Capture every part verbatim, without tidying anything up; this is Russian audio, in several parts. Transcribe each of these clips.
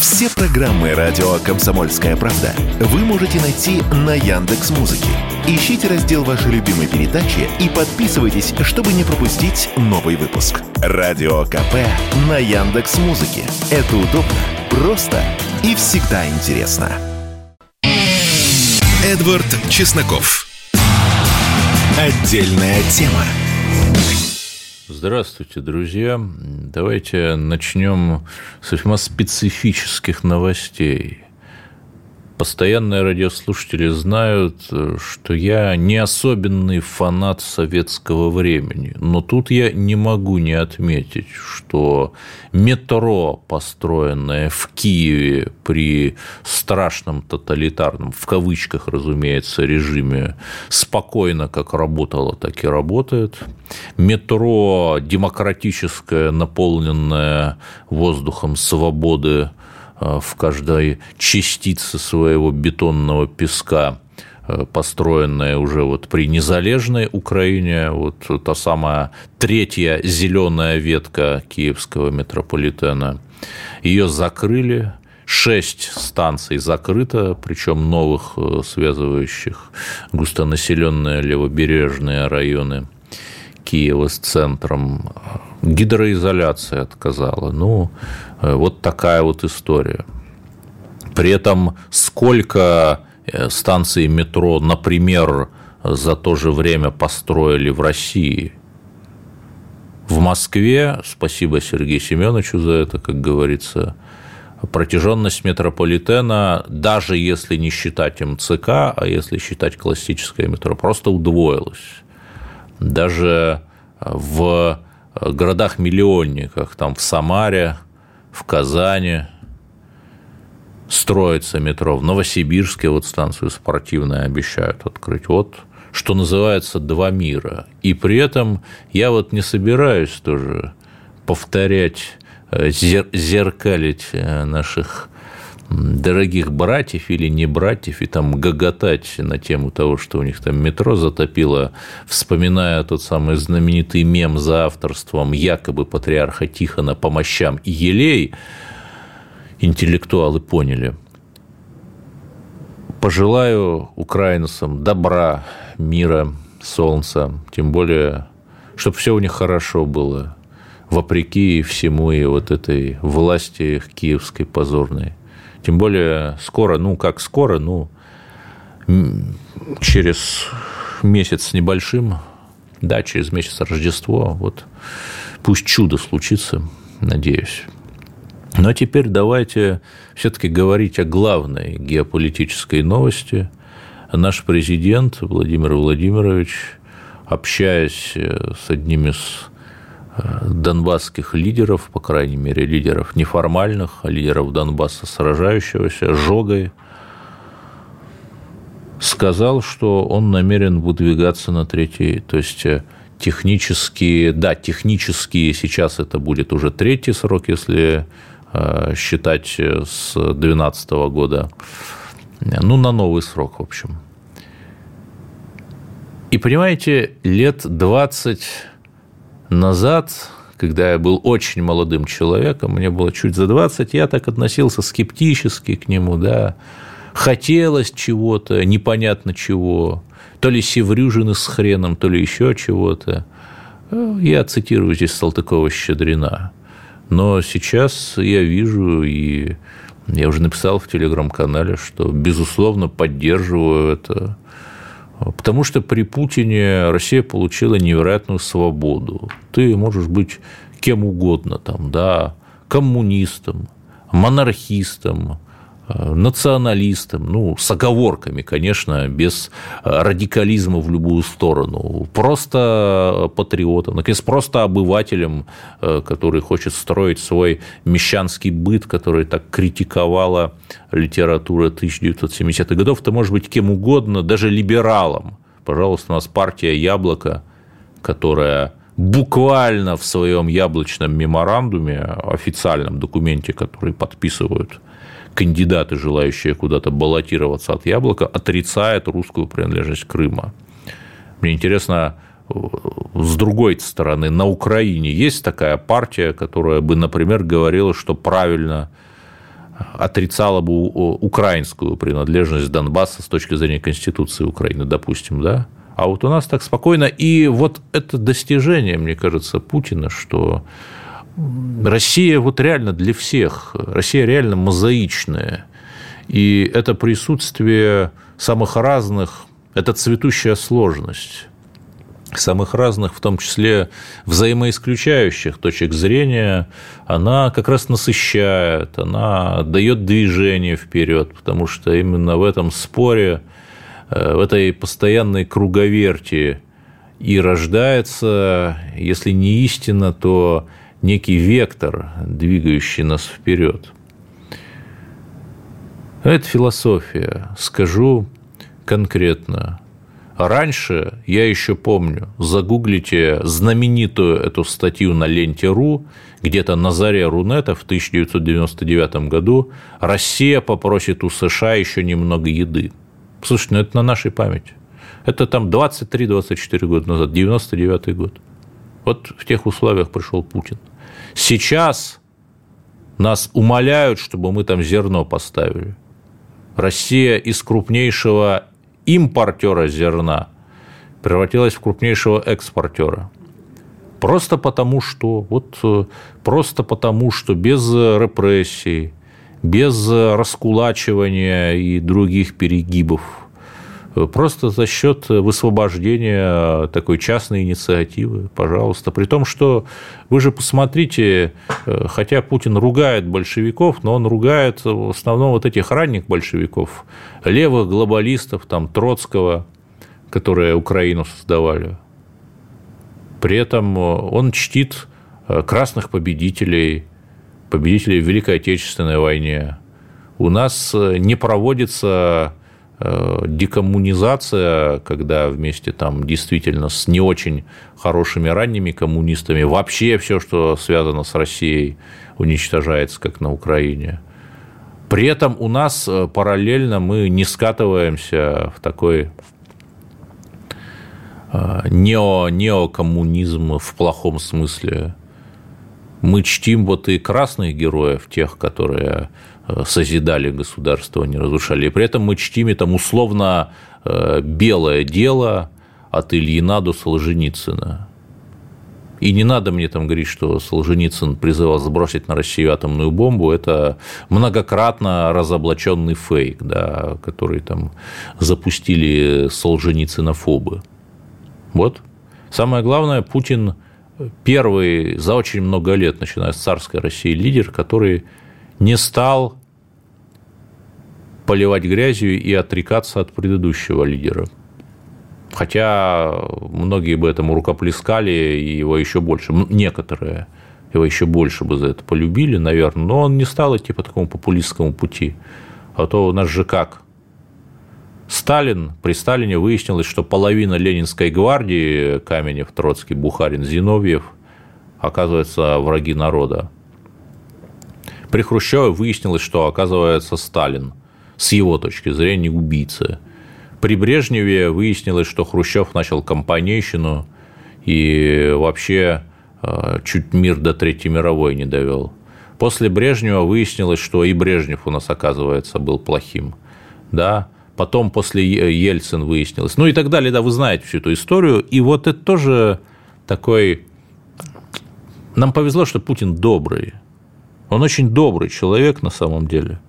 Все программы радио «Комсомольская правда» вы можете найти на Яндекс.Музыке. Ищите раздел вашей любимой передачи и подписывайтесь, чтобы не пропустить новый выпуск. Радио КП на Яндекс.Музыке. Это удобно, просто и всегда интересно. Эдвард Чесноков. Отдельная тема. Здравствуйте, друзья. Давайте начнем с весьма специфических новостей. Постоянные радиослушатели знают, что я не особенный фанат советского времени, но тут я не могу не отметить, что метро, построенное в Киеве при страшном тоталитарном, в кавычках, разумеется, режиме, спокойно как работало, так и работает. Метро демократическое, наполненное воздухом свободы, в каждой частице своего бетонного песка, построенная уже вот при незалежной Украине, вот та самая третья зеленая ветка киевского метрополитена, ее закрыли, шесть станций закрыто, причем новых, связывающих густонаселенные левобережные районы Киева с центром. Гидроизоляция отказала. Ну, вот такая вот история. При этом сколько станций метро, например, за то же время построили в России? В Москве, спасибо Сергею Семеновичу за это, как говорится, протяженность метрополитена, даже если не считать МЦК, а если считать классическое метро, просто удвоилась. Даже в городах-миллионниках, там в Самаре, в Казани строится метро, в Новосибирске вот станцию спортивную обещают открыть. Вот, что называется, два мира. И при этом я вот не собираюсь тоже повторять, зеркалить наших дорогих братьев или не братьев и там гоготать на тему того, что у них там метро затопило, вспоминая тот самый знаменитый мем за авторством якобы патриарха Тихона по мощам и елей, интеллектуалы поняли. Пожелаю украинцам добра, мира, солнца, тем более, чтобы все у них хорошо было, вопреки всему и вот этой власти киевской позорной. Тем более скоро, ну как скоро, ну через месяц с небольшим, да, через месяц Рождество, вот пусть чудо случится, надеюсь. Но теперь давайте все-таки говорить о главной геополитической новости. Наш президент Владимир Владимирович, общаясь с одним из донбасских лидеров, по крайней мере, лидеров неформальных, а лидеров Донбасса, сражающегося, Жогой, сказал, что он намерен выдвигаться на третий, то есть технически, да, технически сейчас это будет уже третий срок, если считать с две тысячи двенадцатого года, ну, на новый срок, в общем. И, понимаете, лет двадцать назад, когда я был очень молодым человеком, мне было чуть за двадцать, я так относился скептически к нему, да, хотелось чего-то, непонятно чего, то ли севрюжины с хреном, то ли еще чего-то. Я цитирую здесь Салтыкова-Щедрина. Но сейчас я вижу, и я уже написал в Телеграм-канале, что, безусловно, поддерживаю это. Потому что при Путине Россия получила невероятную свободу. Ты можешь быть кем угодно, там, да, коммунистом, монархистом, националистом, ну, с оговорками, конечно, без радикализма в любую сторону, просто патриотом, наконец, просто обывателем, который хочет строить свой мещанский быт, который так критиковала литература тысяча девятьсот семидесятых годов, ты можешь быть кем угодно, даже либералом. Пожалуйста, у нас партия «Яблоко», которая буквально в своем яблочном меморандуме, официальном документе, который подписывают кандидаты, желающие куда-то баллотироваться от «Яблока», отрицает русскую принадлежность Крыма. Мне интересно, с другой стороны, на Украине есть такая партия, которая бы, например, говорила, что правильно отрицала бы украинскую принадлежность Донбасса с точки зрения Конституции Украины, допустим, да? А вот у нас так спокойно. И вот это достижение, мне кажется, Путина, что Россия вот реально для всех, Россия реально мозаичная. И это присутствие самых разных, это цветущая сложность самых разных, в том числе взаимоисключающих точек зрения, она как раз насыщает, она дает движение вперед, потому что именно в этом споре, в этой постоянной круговерти и рождается, если не истина, то некий вектор, двигающий нас вперед. Это философия, скажу конкретно. Раньше, я еще помню, загуглите знаменитую эту статью на ленте.ру, где-то на заре Рунета в тысяча девятьсот девяносто девятом году «Россия попросит у США еще немного еды». Слушайте, ну это на нашей памяти. Это там двадцать три - двадцать четыре года назад, девяносто девятый год. Вот в тех условиях пришел Путин. Сейчас нас умоляют, чтобы мы там зерно поставили. Россия из крупнейшего импортера зерна превратилась в крупнейшего экспортера. Просто потому, что, вот, просто потому, что без репрессий, без раскулачивания и других перегибов, просто за счет высвобождения такой частной инициативы, пожалуйста. При том, что вы же посмотрите, хотя Путин ругает большевиков, но он ругает в основном вот этих ранних большевиков, левых глобалистов, там, Троцкого, которые Украину создавали. При этом он чтит красных победителей, победителей в Великой Отечественной войне. У нас не проводится декоммунизация, когда вместе там действительно с не очень хорошими ранними коммунистами вообще все, что связано с Россией, уничтожается, как на Украине. При этом у нас параллельно мы не скатываемся в такой нео, неокоммунизм в плохом смысле. Мы чтим вот и красных героев, тех, которые созидали государство, не разрушали. И при этом мы чтим там условно белое дело от Ильина до Солженицына. И не надо мне там говорить, что Солженицын призывал сбросить на Россию атомную бомбу. Это многократно разоблаченный фейк, да, который там запустили солженицынофобы. Вот. Самое главное, Путин первый за очень много лет, начиная с царской России, лидер, который не стал поливать грязью и отрекаться от предыдущего лидера. Хотя многие бы этому рукоплескали, и его еще больше, некоторые его еще больше бы за это полюбили, наверное, но он не стал идти по такому популистскому пути. А то у нас же как? Сталин, при Сталине выяснилось, что половина Ленинской гвардии, Каменев, Троцкий, Бухарин, Зиновьев, оказывается, враги народа. При Хрущеве выяснилось, что, оказывается, Сталин, с его точки зрения, убийца. При Брежневе выяснилось, что Хрущев начал компанейщину и вообще чуть мир до Третьей мировой не довел. После Брежнева выяснилось, что и Брежнев у нас, оказывается, был плохим. Да? Потом после Ельцин выяснилось. Ну и так далее, да, вы знаете всю эту историю. И вот это тоже такой... Нам повезло, что Путин добрый. Он очень добрый человек на самом деле.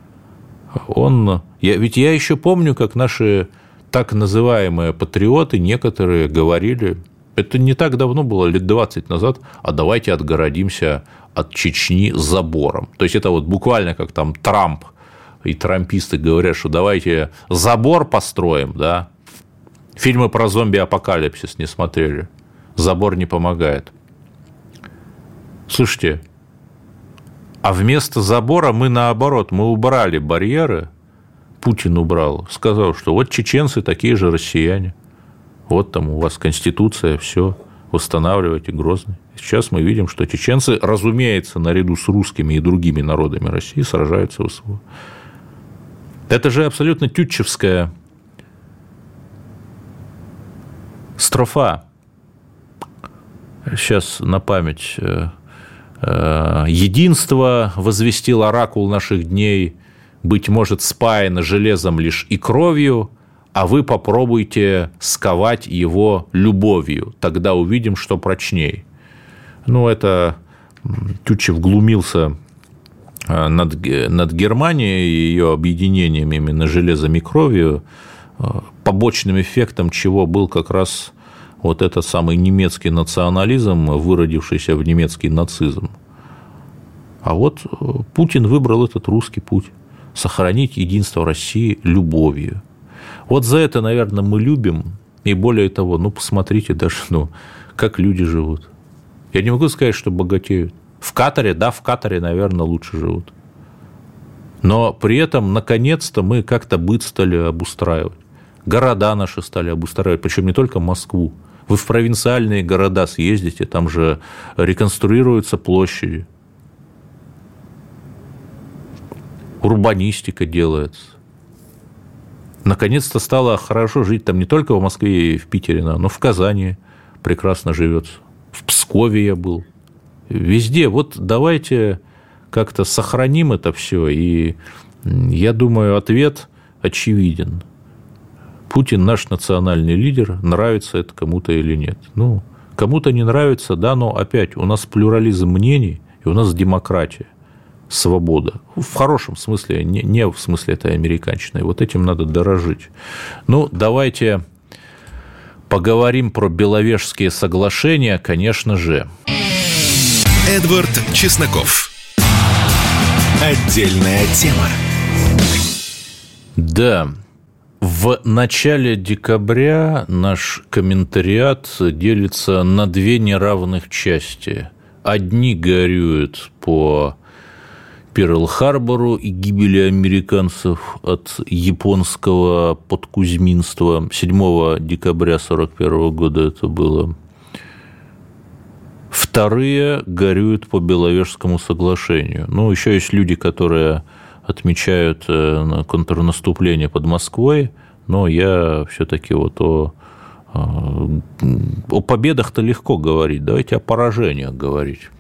Он... Я... Ведь я еще помню, как наши так называемые патриоты некоторые говорили, это не так давно было, лет двадцать назад, а давайте отгородимся от Чечни забором. То есть это вот буквально как там Трамп и трамписты говорят, что давайте забор построим, да. Фильмы про зомби-апокалипсис не смотрели. Забор не помогает. Слушайте, а вместо забора мы, наоборот, мы убрали барьеры, Путин убрал, сказал, что вот чеченцы такие же россияне, вот там у вас конституция, все, восстанавливайте Грозный. Сейчас мы видим, что чеченцы, разумеется, наряду с русскими и другими народами России сражаются в СВО. Это же абсолютно тютчевская строфа. Сейчас на память Единство возвестил оракул наших дней, быть может, спаяно железом лишь и кровью, а вы попробуйте сковать его любовью, тогда увидим, что прочней. Ну, это Тютчев глумился над, над Германией и ее объединением именно железом и кровью, побочным эффектом чего был как раз вот этот самый немецкий национализм, выродившийся в немецкий нацизм. А вот Путин выбрал этот русский путь – сохранить единство России любовью. Вот за это, наверное, мы любим, и более того, ну, посмотрите даже, ну, как люди живут. Я не могу сказать, что богатеют. В Катаре, да, в Катаре, наверное, лучше живут. Но при этом, наконец-то, мы как-то быт стали обустраивать. Города наши стали обустраивать, причем не только Москву. Вы в провинциальные города съездите, там же реконструируются площади. Урбанистика делается. Наконец-то стало хорошо жить там не только в Москве и в Питере, но в Казани прекрасно живется. В Пскове я был. Везде. Вот давайте как-то сохраним это все. И я думаю, ответ очевиден. Путин наш национальный лидер, нравится это кому-то или нет. Ну, кому-то не нравится, да, но опять у нас плюрализм мнений, и у нас демократия, свобода. В хорошем смысле, не, не в смысле этой американщины. Вот этим надо дорожить. Ну, давайте поговорим про Беловежские соглашения, конечно же. Эдвард Чесноков. Отдельная тема. Да. В начале декабря наш комментариат делится на две неравных части. Одни горюют по Перл-Харбору и гибели американцев от японского подкузьминства. седьмого декабря сорок первого года это было. Вторые горюют по Беловежскому соглашению. Ну, еще есть люди, которые отмечают контрнаступление под Москвой, но я все-таки вот о, о победах-то легко говорить, давайте о поражениях говорить.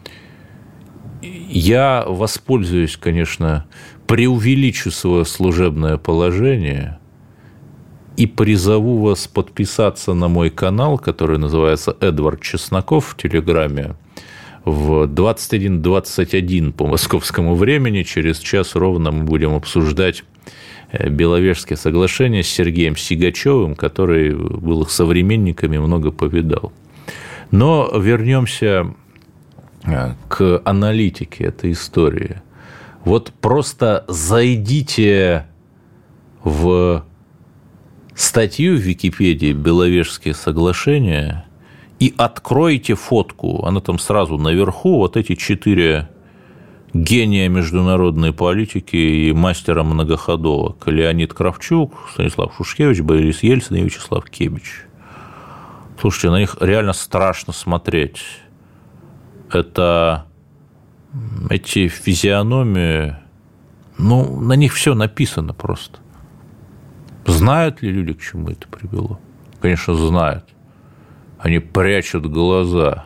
Я воспользуюсь, конечно, преувеличу свое служебное положение и призову вас подписаться на мой канал, который называется «Эдвард Чесноков» в Телеграме. В двадцать один двадцать один по московскому времени, через час ровно, мы будем обсуждать Беловежские соглашения с Сергеем Сигачевым, который был их современником и много повидал. Но вернемся к аналитике этой истории. Вот просто зайдите в статью в Википедии «Беловежские соглашения» и откройте фотку, она там сразу наверху, вот эти четыре гения международной политики и мастера многоходовок: Леонид Кравчук, Станислав Шушкевич, Борис Ельцин и Вячеслав Кебич. Слушайте, на них реально страшно смотреть. Это эти физиономии, ну, на них все написано просто. Знают ли люди, к чему это привело? Конечно, знают. Они прячут глаза.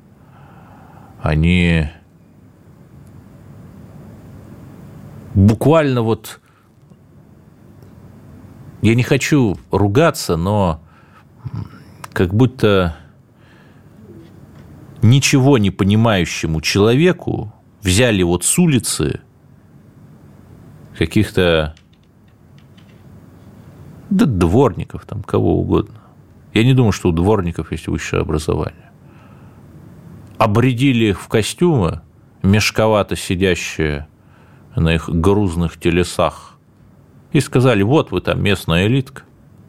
Они буквально вот... Я не хочу ругаться, но как будто ничего не понимающему человеку взяли вот с улицы каких-то, да, дворников, там, кого угодно. Я не думаю, что у дворников есть высшее образование. Обрядили их в костюмы, мешковато сидящие на их грузных телесах, и сказали: вот вы там местная элитка.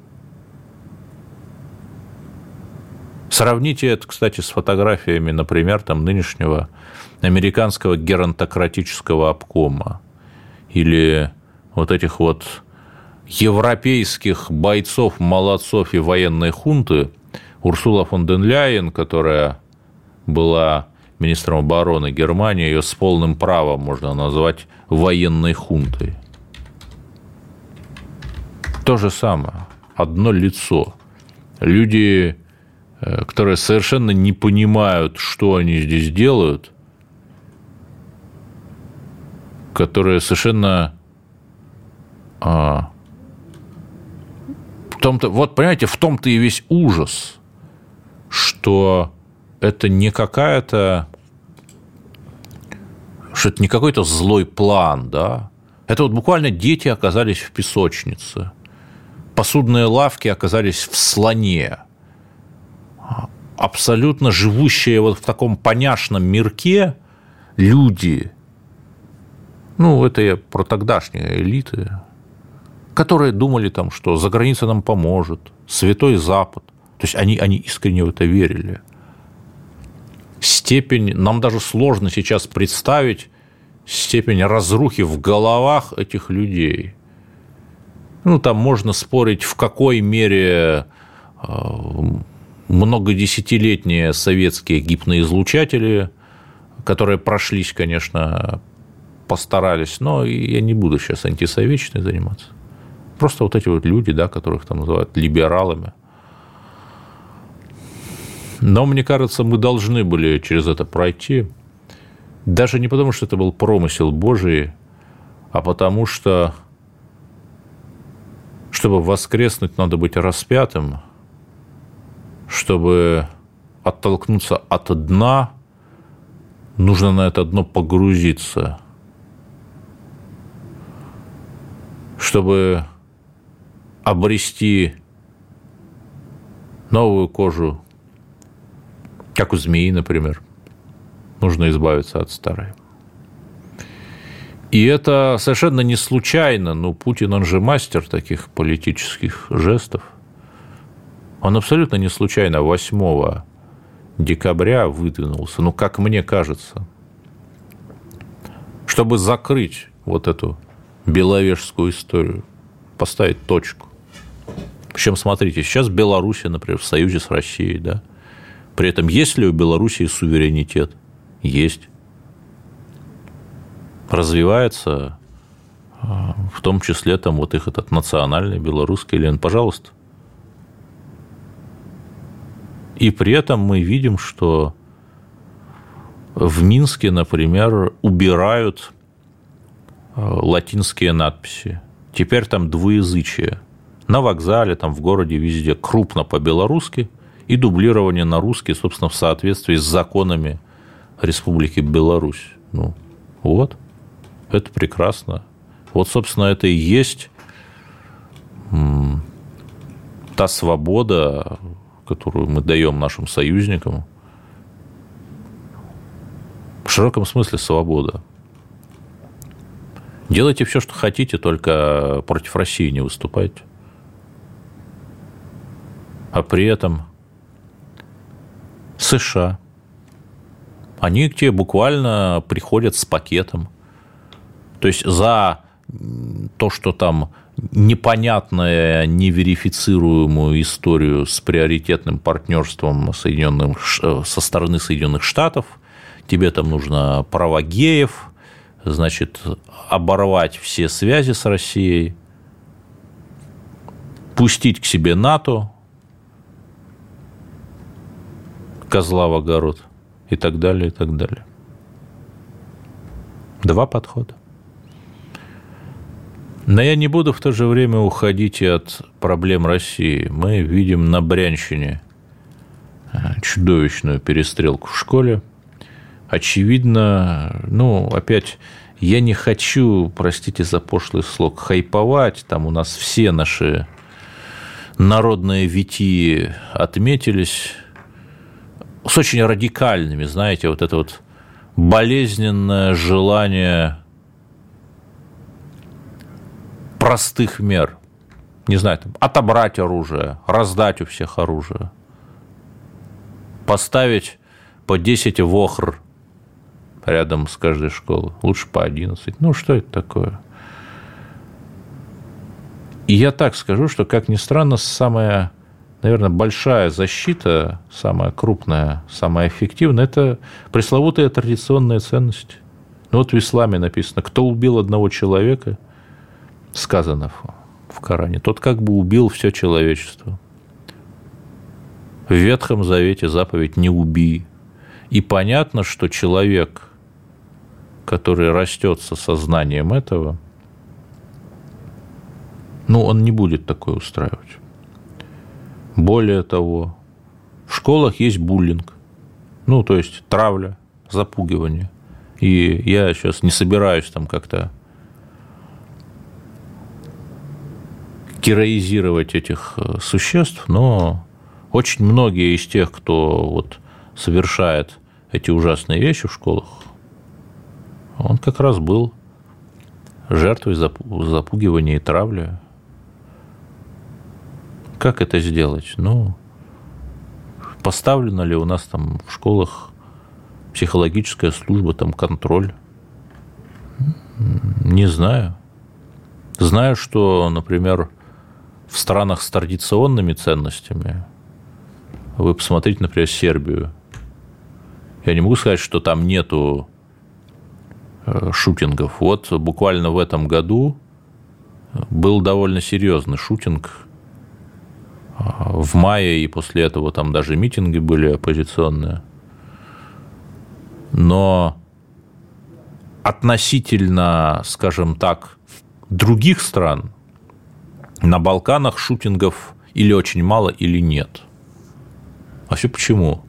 Сравните это, кстати, с фотографиями, например, там, нынешнего американского геронтократического обкома или вот этих вот европейских бойцов, молодцов и военной хунты. Урсула фон дер Ляйен, которая была министром обороны Германии, ее с полным правом можно назвать военной хунтой. То же самое, одно лицо. Люди, которые совершенно не понимают, что они здесь делают, которые совершенно... А, в том-то, вот, понимаете, в том-то и весь ужас, что это не какая-то... что это не какой-то злой план, да? Это вот буквально дети оказались в песочнице, посудные лавки оказались в слоне, абсолютно живущие вот в таком поняшном мирке люди, ну, это я про тогдашние элиты, которые думали там, что за граница нам поможет, Святой Запад. То есть они, они искренне в это верили. Степень, нам даже сложно сейчас представить степень разрухи в головах этих людей. Ну, там можно спорить, в какой мере многодесятилетние советские гипноизлучатели, которые прошлись, конечно, постарались, но я не буду сейчас антисоветчиной заниматься. Просто вот эти вот люди, да, которых там называют либералами. Но, мне кажется, мы должны были через это пройти, даже не потому, что это был промысел Божий, а потому что, чтобы воскреснуть, надо быть распятым, чтобы оттолкнуться от дна, нужно на это дно погрузиться, чтобы обрести новую кожу, как у змеи, например, нужно избавиться от старой. И это совершенно не случайно, ну, Путин, он же мастер таких политических жестов. Он абсолютно не случайно восьмого декабря выдвинулся, ну, как мне кажется, чтобы закрыть вот эту беловежскую историю, поставить точку. Причем, смотрите, сейчас Белоруссия, например, в союзе с Россией, да, при этом есть ли у Белоруссии суверенитет? Есть. Развивается, в том числе там вот их этот национальный белорусский элемент, пожалуйста. И при этом мы видим, что в Минске, например, убирают латинские надписи. Теперь там двуязычие. На вокзале, там в городе, везде крупно по-белорусски и дублирование на русский, собственно, в соответствии с законами Республики Беларусь. Ну, вот. Это прекрасно. Вот, собственно, это и есть та свобода, которую мы даем нашим союзникам. В широком смысле свобода. Делайте все, что хотите, только против России не выступайте. А при этом США, они к тебе буквально приходят с пакетом. То есть за то, что там непонятную, неверифицируемую историю с приоритетным партнерством Соединенных, со стороны Соединенных Штатов, тебе там нужно права геев, значит, оборвать все связи с Россией, пустить к себе НАТО, козла в огород и так далее, и так далее. Два подхода. Но я не буду в то же время уходить и от проблем России. Мы видим на Брянщине чудовищную перестрелку в школе. Очевидно, ну, опять, я не хочу, простите за пошлый слог, хайповать. Там у нас все наши народные витии отметились с очень радикальными, знаете, вот это вот болезненное желание простых мер. Не знаю, там, отобрать оружие, раздать у всех оружие, поставить по десять вохр рядом с каждой школой, лучше по одиннадцать. Ну, что это такое? И я так скажу, что, как ни странно, самая, наверное, большая защита, самая крупная, самая эффективная – это пресловутые традиционные ценности. Ну, вот в исламе написано, кто убил одного человека, сказано в Коране, тот как бы убил все человечество. В Ветхом Завете заповедь «не убий». И понятно, что человек, который растет с осознанием этого, ну, он не будет такое устраивать. Более того, в школах есть буллинг, ну, то есть травля, запугивание. И я сейчас не собираюсь там как-то героизировать этих существ, но очень многие из тех, кто вот совершает эти ужасные вещи в школах, он как раз был жертвой запугивания и травли. Как это сделать? Ну, поставлена ли у нас там в школах психологическая служба, там контроль? Не знаю. Знаю, что, например, в странах с традиционными ценностями, вы посмотрите, например, Сербию, я не могу сказать, что там нету шутингов. Вот буквально в этом году был довольно серьезный шутинг в мае, и после этого там даже митинги были оппозиционные. Но относительно, скажем так, других стран на Балканах шутингов или очень мало, или нет. А все почему?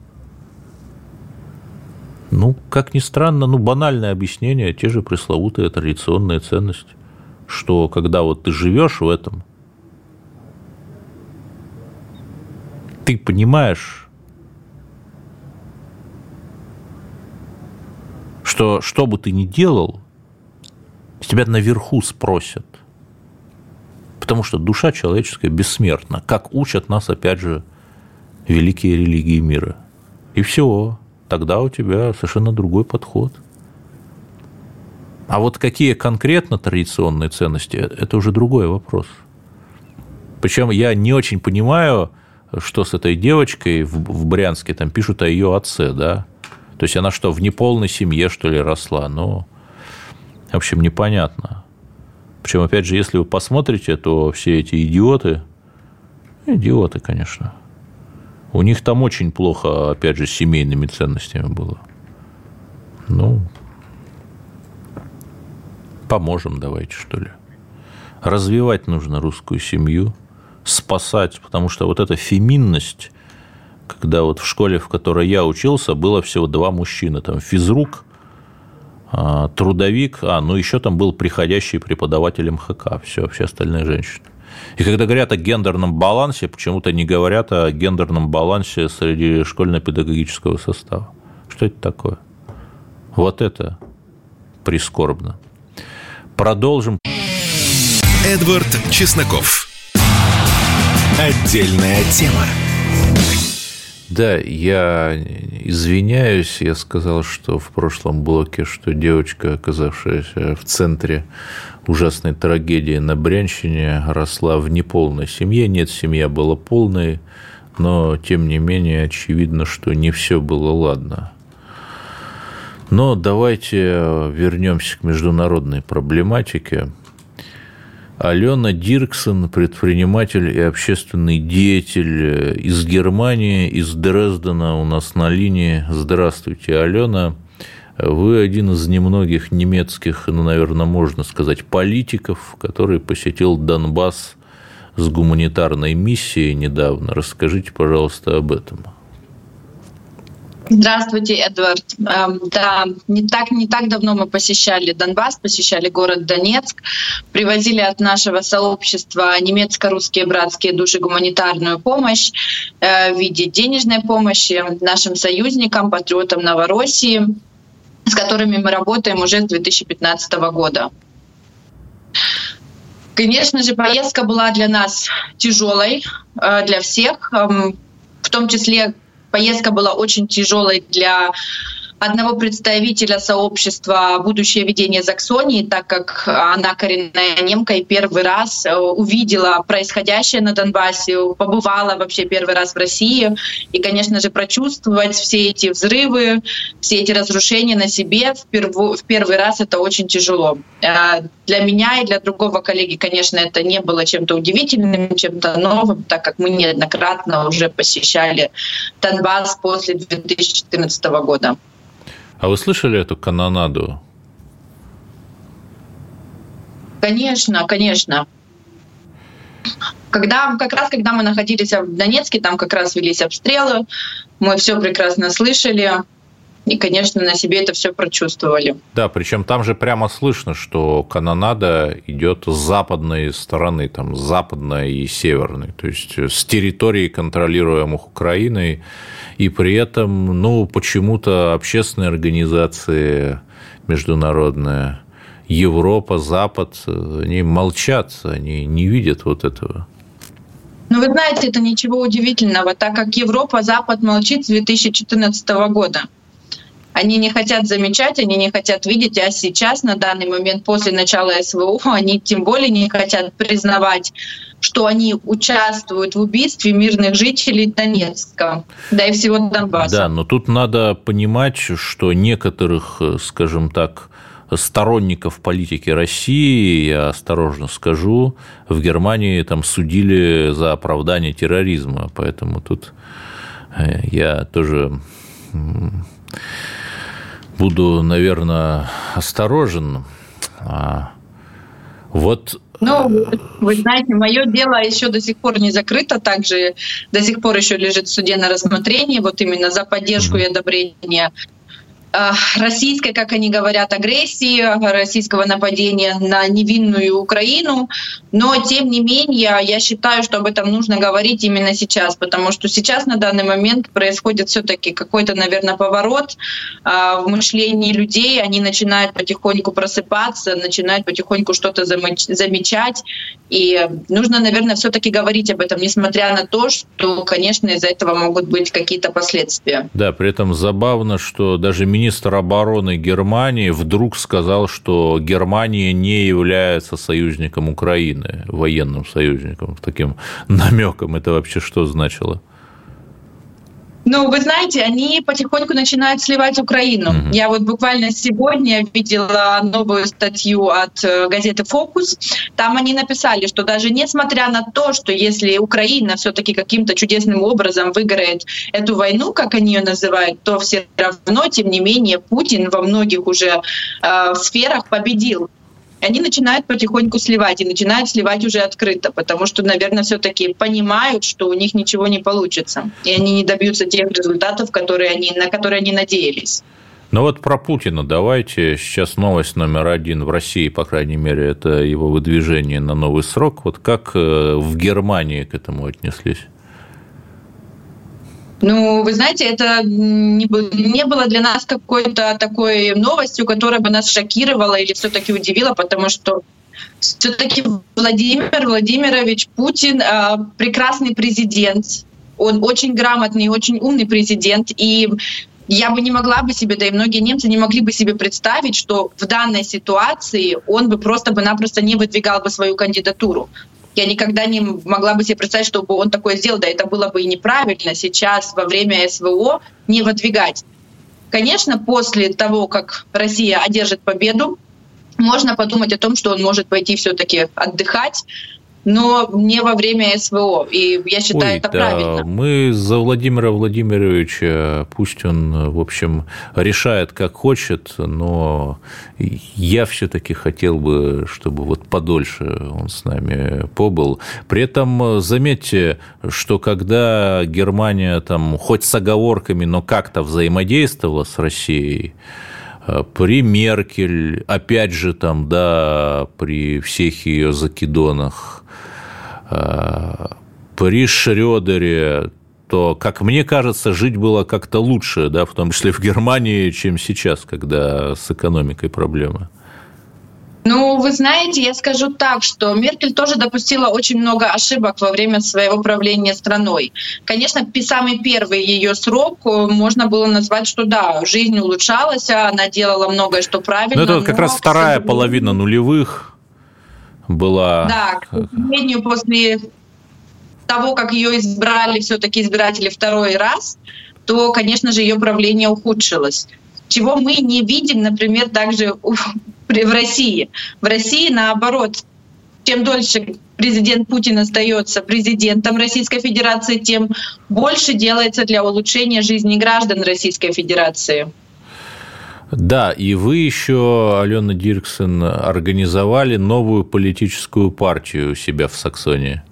Ну, как ни странно, ну, банальное объяснение, те же пресловутые традиционные ценности, что когда вот ты живешь в этом, ты понимаешь, что что бы ты ни делал, с тебя наверху спросят, потому что душа человеческая бессмертна, как учат нас, опять же, великие религии мира. И все. Тогда у тебя совершенно другой подход. А вот какие конкретно традиционные ценности, это уже другой вопрос. Причем я не очень понимаю, что с этой девочкой в Брянске там пишут о ее отце, да? То есть она что, в неполной семье, что ли, росла? Ну, в общем, непонятно. Причем, опять же, если вы посмотрите, то все эти идиоты, идиоты, конечно, у них там очень плохо, опять же, с семейными ценностями было. Ну, поможем давайте, что ли. Развивать нужно русскую семью, спасать, потому что вот эта феминность, когда вот в школе, в которой я учился, было всего два мужчины, там физрук, трудовик, а, ну еще там был приходящий преподаватель эм ха ка, все, все остальные женщины. И когда говорят о гендерном балансе, почему-то не говорят о гендерном балансе среди школьно-педагогического состава. Что это такое? Вот это прискорбно. Продолжим. Эдвард Чесноков. Отдельная тема. Да, я извиняюсь, я сказал, что в прошлом блоке, что девочка, оказавшаяся в центре ужасной трагедии на Брянщине, росла в неполной семье. Нет, семья была полной, но, тем не менее, очевидно, что не все было ладно. Но давайте вернемся к международной проблематике. Алена Дирксен, предприниматель и общественный деятель из Германии, из Дрездена, у нас на линии. Здравствуйте, Алена. Вы один из немногих немецких, ну, наверное, можно сказать, политиков, который посетил Донбасс с гуманитарной миссией недавно. Расскажите, пожалуйста, об этом. Здравствуйте, Эдвард. Да, не так, не так давно мы посещали Донбасс, посещали город Донецк, привозили от нашего сообщества немецко-русские братские души гуманитарную помощь в виде денежной помощи нашим союзникам, патриотам Новороссии, с которыми мы работаем уже с две тысячи пятнадцатого года. Конечно же, поездка была для нас тяжелой, для всех, в том числе поездка была очень тяжелой для одного представителя сообщества «Будущее видение Заксонии», так как она коренная немка и первый раз увидела происходящее на Донбассе, побывала вообще первый раз в России. И, конечно же, прочувствовать все эти взрывы, все эти разрушения на себе в, перв... в первый раз — это очень тяжело. Для меня и для другого коллеги, конечно, это не было чем-то удивительным, чем-то новым, так как мы неоднократно уже посещали Донбасс после две тысячи четырнадцатого года. А вы слышали эту канонаду Конечно, конечно. Когда, как раз когда мы находились в Донецке, там как раз велись обстрелы, мы все прекрасно слышали. И, конечно, на себе это все прочувствовали. Да, причем там же прямо слышно, что канонада идет с западной стороны, там, с западной и северной, то есть с территорий, контролируемых Украиной, и при этом, ну, почему-то общественные организации международные, Европа, Запад, они молчат, они не видят вот этого. Ну, вы знаете, это ничего удивительного, так как Европа, Запад молчит с две тысячи четырнадцатого года. Они не хотят замечать, они не хотят видеть, а сейчас, на данный момент, после начала СВО, они тем более не хотят признавать, что они участвуют в убийстве мирных жителей Донецка, да и всего Донбасса. Да, но тут надо понимать, что некоторых, скажем так, сторонников политики России, я осторожно скажу, в Германии там судили за оправдание терроризма, поэтому тут я тоже буду, наверное, осторожен. Вот. Ну, вы знаете, мое дело еще до сих пор не закрыто, также до сих пор еще лежит в суде на рассмотрении, вот именно за поддержку и одобрение российской, как они говорят, агрессии, российского нападения на невинную Украину. Но, тем не менее, я считаю, что об этом нужно говорить именно сейчас, потому что сейчас на данный момент происходит все-таки какой-то, наверное, поворот в мышлении людей. Они начинают потихоньку просыпаться, начинают потихоньку что-то замечать. И нужно, наверное, все-таки говорить об этом, несмотря на то, что, конечно, из-за этого могут быть какие-то последствия. Да, при этом забавно, что даже министр обороны Германии вдруг сказал, что Германия не является союзником Украины, военным союзником, таким намеком. Это вообще что значило? Ну, вы знаете, они потихоньку начинают сливать Украину. Mm-hmm. Я вот буквально сегодня видела новую статью от газеты «Фокус». Там они написали, что даже несмотря на то, что если Украина все-таки каким-то чудесным образом выиграет эту войну, как они ее называют, то все равно, тем не менее, Путин во многих уже э, сферах победил. Они начинают потихоньку сливать, и начинают сливать уже открыто, потому что, наверное, все-таки понимают, что у них ничего не получится, и они не добьются тех результатов, которые они, на которые они надеялись. Ну вот про Путина давайте. Сейчас новость номер один в России, по крайней мере, это его выдвижение на новый срок. Вот как в Германии к этому отнеслись? Ну, вы знаете, это не было для нас какой-то такой новостью, которая бы нас шокировала или все-таки удивила, потому что все-таки Владимир Владимирович Путин прекрасный президент, он очень грамотный, очень умный президент, и я бы не могла бы себе, да и многие немцы не могли бы себе представить, что в данной ситуации он бы просто-напросто не выдвигал бы свою кандидатуру. Я никогда не могла бы себе представить, чтобы он такое сделал. Да, это было бы и неправильно сейчас, во время СВО, не выдвигать. Конечно, после того, как Россия одержит победу, можно подумать о том, что он может пойти все-таки отдыхать, но не во время СВО, и я считаю, Ой, это да, правильно. Мы за Владимира Владимировича, пусть он, в общем, решает, как хочет, но я все-таки хотел бы, чтобы вот подольше он с нами побыл. При этом заметьте, что когда Германия там хоть с оговорками, но как-то взаимодействовала с Россией, при Меркель, опять же, там, да, при всех ее закидонах, при Шрёдере, то, как мне кажется, жить было как-то лучше, да, в том числе в Германии, чем сейчас, когда с экономикой проблемы. Ну, вы знаете, я скажу так, что Меркель тоже допустила очень много ошибок во время своего правления страной. Конечно, самый первый ее срок можно было назвать, что да, жизнь улучшалась, она делала многое, что правильно. Ну, это вот как раз вторая половина нулевых была. Да, к сожалению, после того, как ее избрали все-таки избиратели второй раз, то, конечно же, ее правление ухудшилось. Чего мы не видим, например, также в России. В России, наоборот, чем дольше президент Путин остается президентом Российской Федерации, тем больше делается для улучшения жизни граждан Российской Федерации. Да, и вы еще, Алена Дирксен, организовали новую политическую партию у себя в Саксонии.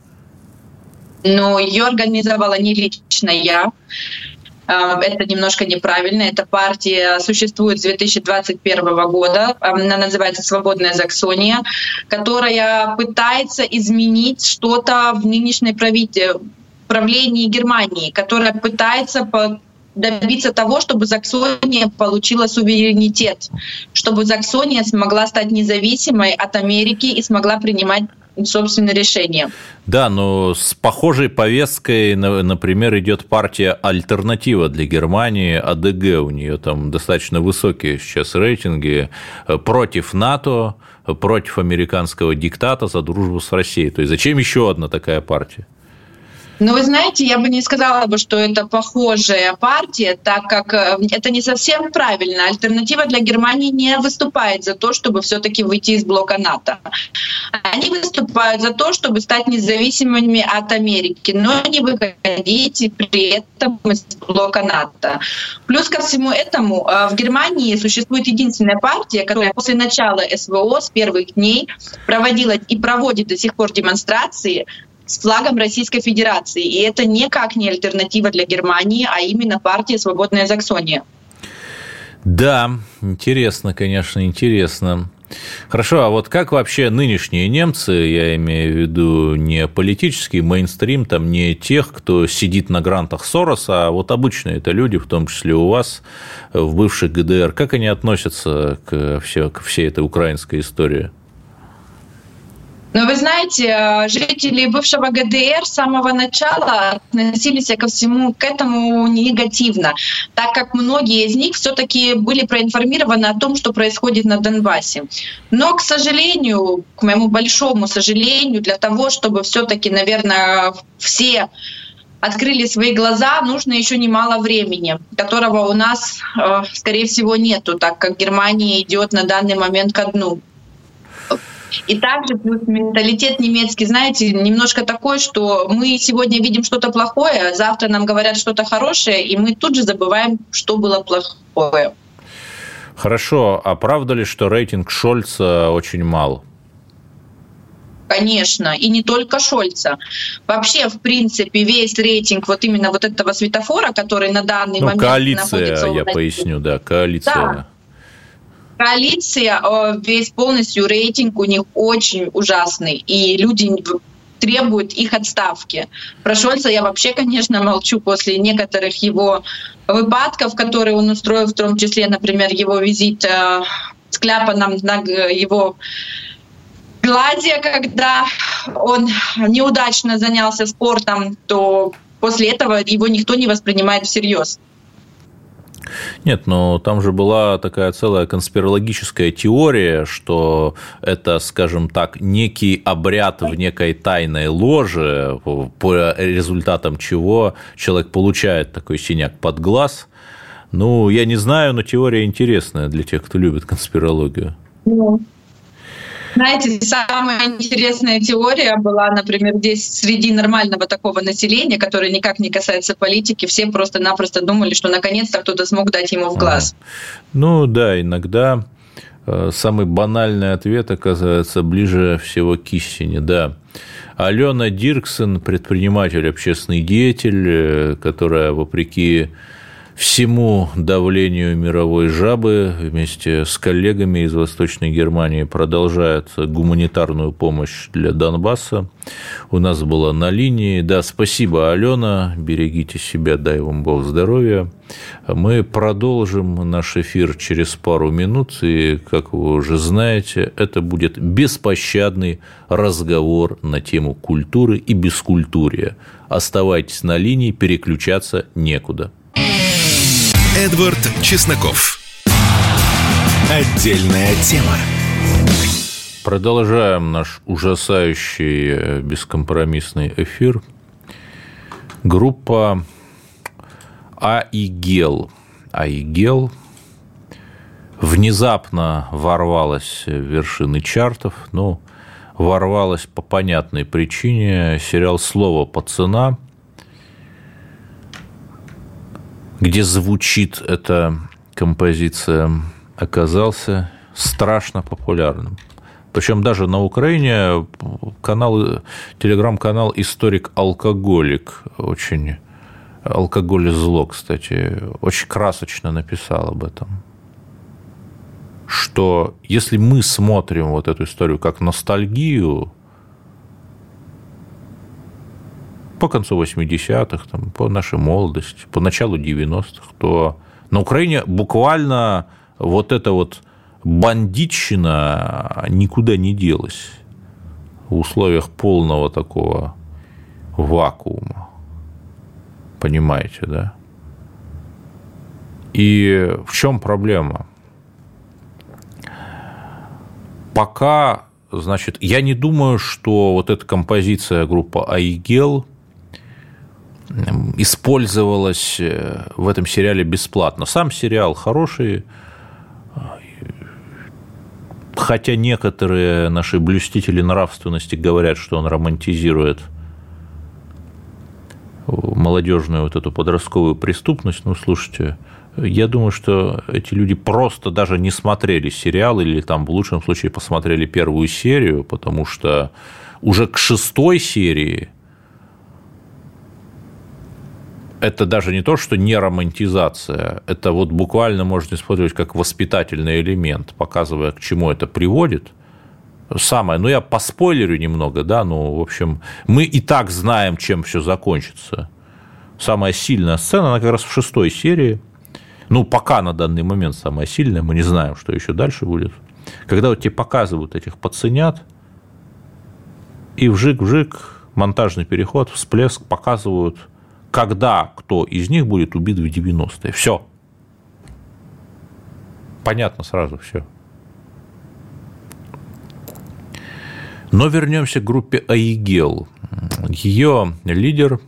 Но ее организовала не лично я. Это немножко неправильно. Эта партия существует с две тысячи двадцать первого года. Она называется «Свободная Саксония», которая пытается изменить что-то в нынешней правлении Германии, которая пытается добиться того, чтобы Саксония получила суверенитет, чтобы Саксония смогла стать независимой от Америки и смогла принимать собственные решения. Да, но с похожей повесткой, например, идет партия «Альтернатива для Германии», А Д Г, у нее там достаточно высокие сейчас рейтинги, против НАТО, против американского диктата, за дружбу с Россией. То есть зачем еще одна такая партия? Но вы знаете, я бы не сказала бы, что это похожая партия, так как это не совсем правильно. Альтернатива для Германии не выступает за то, чтобы все-таки выйти из блока НАТО. Они выступают за то, чтобы стать независимыми от Америки, но не выходить при этом из блока НАТО. Плюс ко всему этому в Германии существует единственная партия, которая после начала С В О с первых дней проводила и проводит до сих пор демонстрации с флагом Российской Федерации. И это никак не альтернатива для Германии, а именно партия «Свободная Саксония». Да, интересно, конечно, интересно. Хорошо, а вот как вообще нынешние немцы, я имею в виду не политический мейнстрим, там не тех, кто сидит на грантах Сороса, а вот обычные это люди, в том числе у вас, в бывших Г Д Р, как они относятся к всей, к всей этой украинской истории? Но вы знаете, жители бывшего Г Д Р с самого начала относились ко всему к этому негативно, так как многие из них все-таки были проинформированы о том, что происходит на Донбассе. Но, к сожалению, к моему большому сожалению, для того, чтобы все-таки, наверное, все открыли свои глаза, нужно еще немало времени, которого у нас, скорее всего, нету, так как Германия идет на данный момент ко дну. И также плюс менталитет немецкий, знаете, немножко такой, что мы сегодня видим что-то плохое, завтра нам говорят что-то хорошее, и мы тут же забываем, что было плохое. Хорошо, а правда ли, что рейтинг Шольца очень мал? Конечно, и не только Шольца. Вообще, в принципе, весь рейтинг вот именно вот этого светофора, который на данный ну, момент коалиция, находится... я поясню, да, коалиция. Да. Коалиция, весь полностью рейтинг у них очень ужасный, и люди требуют их отставки. Про Шольца я вообще, конечно, молчу после некоторых его выпадков, которые он устроил, в том числе, например, его визит с клапаном на его гладе, когда он неудачно занялся спортом, то после этого его никто не воспринимает всерьез. Нет, но там же была такая целая конспирологическая теория, что это, скажем так, некий обряд в некой тайной ложе, по результатам чего человек получает такой синяк под глаз. Ну, я не знаю, но теория интересная для тех, кто любит конспирологию. Знаете, самая интересная теория была, например, здесь среди нормального такого населения, которое никак не касается политики, все просто-напросто думали, что наконец-то кто-то смог дать ему в глаз. А, ну да, иногда самый банальный ответ оказывается ближе всего к истине, да. Алена Дирксен, предприниматель, общественный деятель, которая, вопреки всему давлению мировой жабы, вместе с коллегами из Восточной Германии продолжает гуманитарную помощь для Донбасса. У нас была на линии. Да, спасибо, Алена. Берегите себя, дай вам Бог здоровья. Мы продолжим наш эфир через пару минут. И, как вы уже знаете, это будет беспощадный разговор на тему культуры и бескультурья. Оставайтесь на линии, переключаться некуда. Эдвард Чесноков. Отдельная тема. Продолжаем наш ужасающий бескомпромиссный эфир. Группа Аигел. Аигел внезапно ворвалась в вершины чартов, но ворвалась по понятной причине. Сериал «Слово пацана», где звучит эта композиция, оказался страшно популярным. Причем даже на Украине канал, телеграм-канал «Историк-алкоголик», очень «Алкоголь и зло», кстати, очень красочно написал об этом. Что если мы смотрим вот эту историю как ностальгию по концу восьмидесятых, там, по нашей молодости, по началу девяностых, то на Украине буквально вот эта вот бандитщина никуда не делась в условиях полного такого вакуума. Понимаете, да? И в чем проблема? Пока, значит, я не думаю, что вот эта композиция группы «Айгел» использовалась в этом сериале бесплатно. Сам сериал хороший, хотя некоторые наши блюстители нравственности говорят, что он романтизирует молодежную вот эту подростковую преступность. Ну, слушайте, я думаю, что эти люди просто даже не смотрели сериал или там в лучшем случае посмотрели первую серию, потому что уже к шестой серии это даже не то, что не романтизация, это вот буквально можно использовать как воспитательный элемент, показывая, к чему это приводит. Самое, ну, я поспойлерю немного, да, ну, в общем, мы и так знаем, чем все закончится. Самая сильная сцена, она как раз в шестой серии, ну, пока на данный момент самая сильная, мы не знаем, что еще дальше будет, когда вот тебе показывают этих пацанят, и вжик-вжик, монтажный переход, всплеск, показывают, когда кто из них будет убит в девяностые. Все. Понятно сразу все. Но вернемся к группе «Айгел». Ее лидер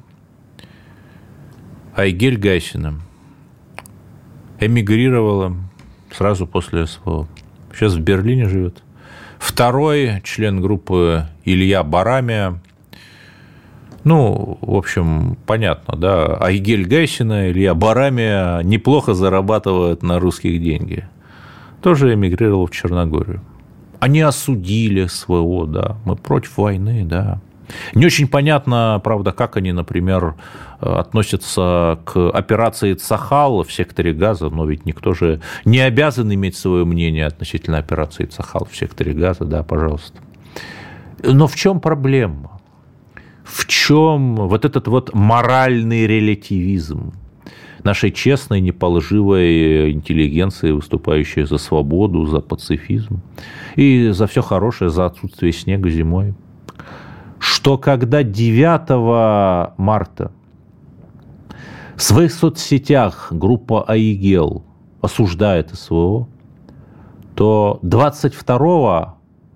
Айгель Гайсина эмигрировала сразу после СВО. Сейчас в Берлине живет. Второй член группы Илья Барамия. Ну, в общем, понятно, да, Айгель Гайсина, Илья Барамия неплохо зарабатывают на русских деньги. Тоже эмигрировал в Черногорию. Они осудили СВО, да, мы против войны, да. Не очень понятно, правда, как они, например, относятся к операции Цахал в секторе Газа, но ведь никто же не обязан иметь свое мнение относительно операции Цахал в секторе Газа, да, пожалуйста. Но в чем проблема? В чем вот этот вот моральный релятивизм нашей честной, неполживой интеллигенции, выступающей за свободу, за пацифизм и за все хорошее, за отсутствие снега зимой, что когда девятого марта в своих соцсетях группа «Айгел» осуждает СВО, то двадцать второго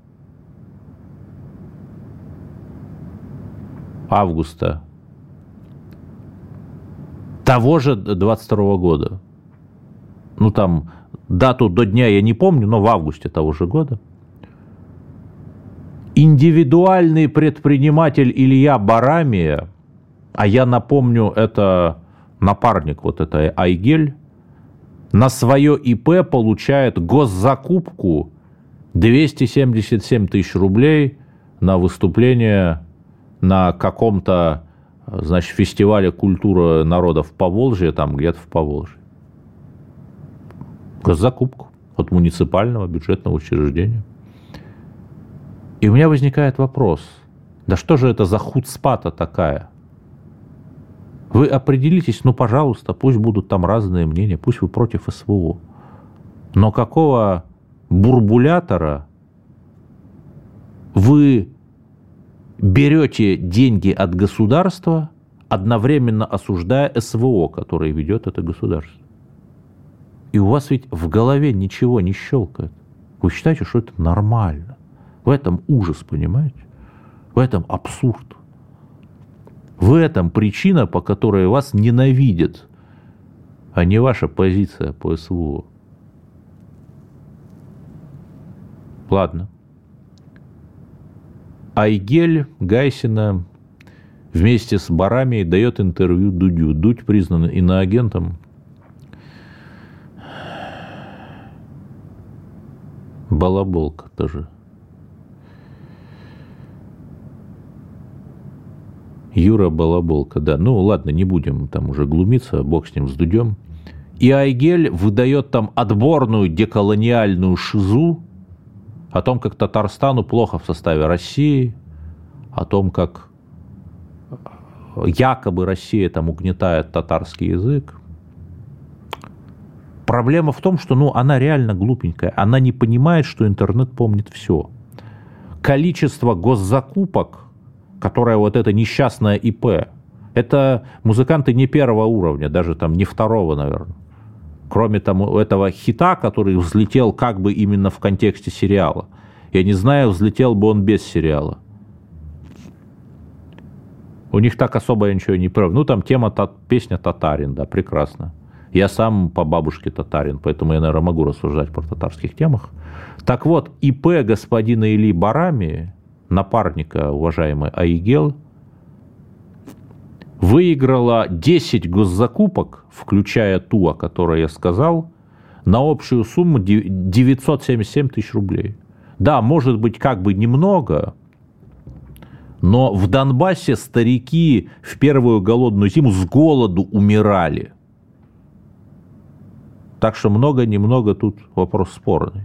августа того же двадцать второго года, ну там дату до дня я не помню, но в августе того же года, индивидуальный предприниматель Илья Барамия, а я напомню, это напарник вот этой Айгель, на свое ИП получает госзакупку двести семьдесят семь тысяч рублей на выступление на каком-то, значит, фестивале культуры народов Поволжья, там где-то в Поволжье. Госзакупку от муниципального бюджетного учреждения. И у меня возникает вопрос, да что же это за хуцпа-то такая? Вы определитесь, ну, пожалуйста, пусть будут там разные мнения, пусть вы против СВО. Но какого бурбулятора вы берете деньги от государства, одновременно осуждая СВО, которое ведет это государство? И у вас ведь в голове ничего не щелкает. Вы считаете, что это нормально. В этом ужас, понимаете? В этом абсурд. В этом причина, по которой вас ненавидят, а не ваша позиция по СВО. Ладно. Айгель Гайсина вместе с Барамией дает интервью Дудю. Дудь признан иноагентом. Балаболка тоже. Юра Балаболка, да. Ну, ладно, не будем там уже глумиться, бог с ним, с Дудем. И Айгель выдает там отборную деколониальную шизу о том, как Татарстану плохо в составе России, о том, как якобы Россия там угнетает татарский язык. Проблема в том, что ну, она реально глупенькая. Она не понимает, что интернет помнит все. Количество госзакупок, которое вот это несчастное ИП, это музыканты не первого уровня, даже там не второго, наверное. Кроме там этого хита, который взлетел как бы именно в контексте сериала. Я не знаю, взлетел бы он без сериала. У них так особо я ничего не прав. Ну, там тема, песня «Татарин», да, прекрасно. Я сам по бабушке татарин, поэтому я, наверное, могу рассуждать про татарских темах. Так вот, ИП господина Ильи Барами, напарника уважаемой Айгел, выиграла десять госзакупок, включая ту, о которой я сказал, на общую сумму девятьсот семьдесят семь тысяч рублей. Да, может быть, как бы немного, но в Донбассе старики в первую голодную зиму с голоду умирали. Так что много-немного тут вопрос спорный.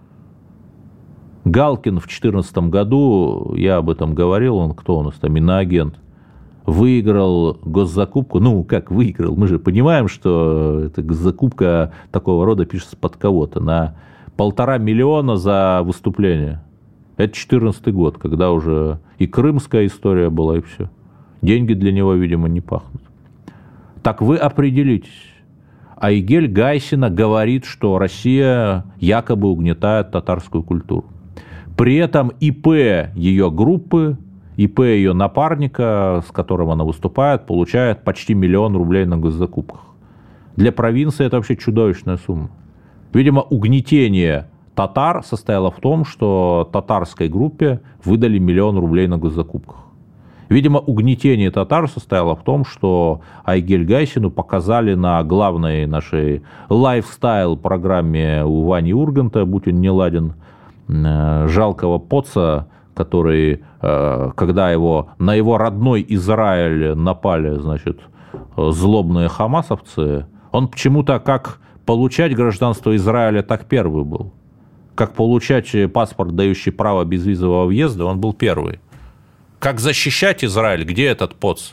Галкин в две тысячи четырнадцатом году, я об этом говорил, он кто у нас там, иноагент, выиграл госзакупку. Ну, как выиграл? Мы же понимаем, что эта госзакупка такого рода пишется под кого-то. На полтора миллиона за выступление. Это две тысячи четырнадцатый год, когда уже и крымская история была, и все. Деньги для него, видимо, не пахнут. Так вы определитесь. Айгель Гайсина говорит, что Россия якобы угнетает татарскую культуру. При этом ИП ее группы, ИП ее напарника, с которым она выступает, получает почти миллион рублей на госзакупках. Для провинции это вообще чудовищная сумма. Видимо, угнетение татар состояло в том, что татарской группе выдали миллион рублей на госзакупках. Видимо, угнетение татар состояло в том, что Айгель Гайсину показали на главной нашей лайфстайл-программе у Вани Урганта, будь он не ладен, жалкого поца, который, когда его, на его родной Израиль напали, значит, злобные хамасовцы, он почему-то как получать гражданство Израиля, так первый был. Как получать паспорт, дающий право безвизового въезда, он был первый. Как защищать Израиль? Где этот поц?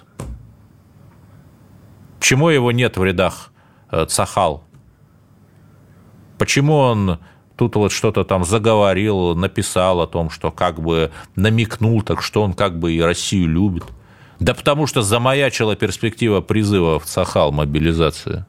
Почему его нет в рядах Цахал? Почему он тут вот что-то там заговорил, написал о том, что как бы намекнул, так что он как бы и Россию любит? Да потому что замаячила перспектива призыва в Цахал, мобилизации.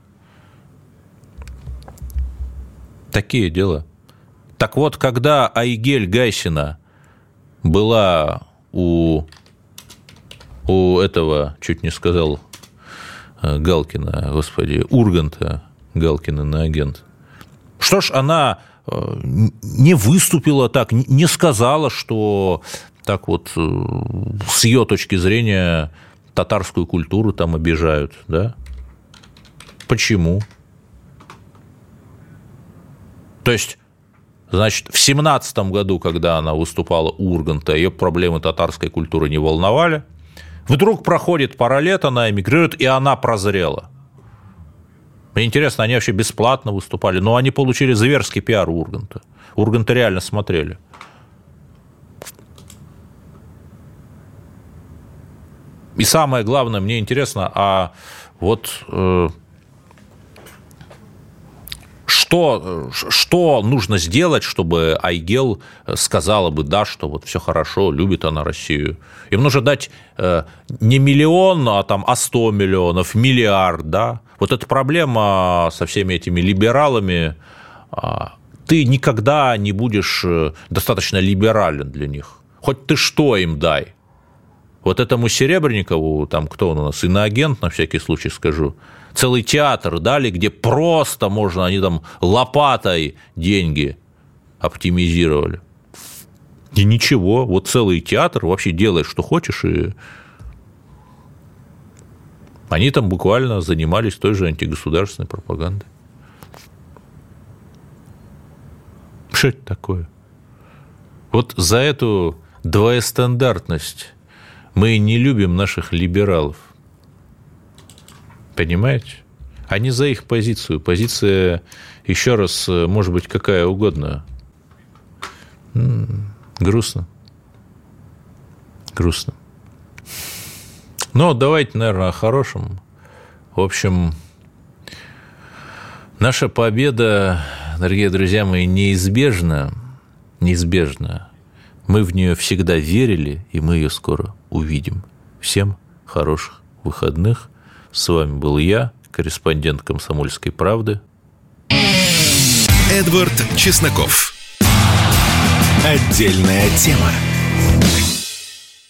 Такие дела. Так вот, когда Айгель Гайсина была у, у этого, чуть не сказал Галкина, господи, Урганта, Галкина на агент, что ж она не выступила так, не сказала, что так вот с ее точки зрения татарскую культуру там обижают, да? Почему? То есть, значит, в семнадцатом году, когда она выступала у Урганта, ее проблемы татарской культуры не волновали. Вдруг проходит пара лет, она эмигрирует, и она прозрела. Мне интересно, они вообще бесплатно выступали, но они получили зверский пиар у Урганта. Урганта реально смотрели. И самое главное, мне интересно, а вот... Э, Что, что нужно сделать, чтобы Айгел сказала бы, да, что вот все хорошо, любит она Россию? Им нужно дать э, не миллион, а там, а сто миллионов, миллиард, да? Вот эта проблема со всеми этими либералами, э, ты никогда не будешь достаточно либерален для них. Хоть ты что им дай. Вот этому Серебренникову, там, кто он у нас, иноагент, на всякий случай скажу, целый театр дали, где просто можно, они там лопатой деньги оптимизировали. И ничего, вот целый театр, вообще делаешь, что хочешь, и они там буквально занимались той же антигосударственной пропагандой. Что это такое? Вот за эту двоестандартность мы не любим наших либералов. Понимаете? А не за их позицию. Позиция, еще раз, может быть, какая угодно. М-м, грустно. Грустно. Но давайте, наверное, о хорошем. В общем, наша победа, дорогие друзья мои, неизбежна. Неизбежна. Мы в нее всегда верили, и мы ее скоро увидим. Всем хороших выходных. С вами был я, корреспондент «Комсомольской правды». Эдвард Чесноков. Отдельная тема.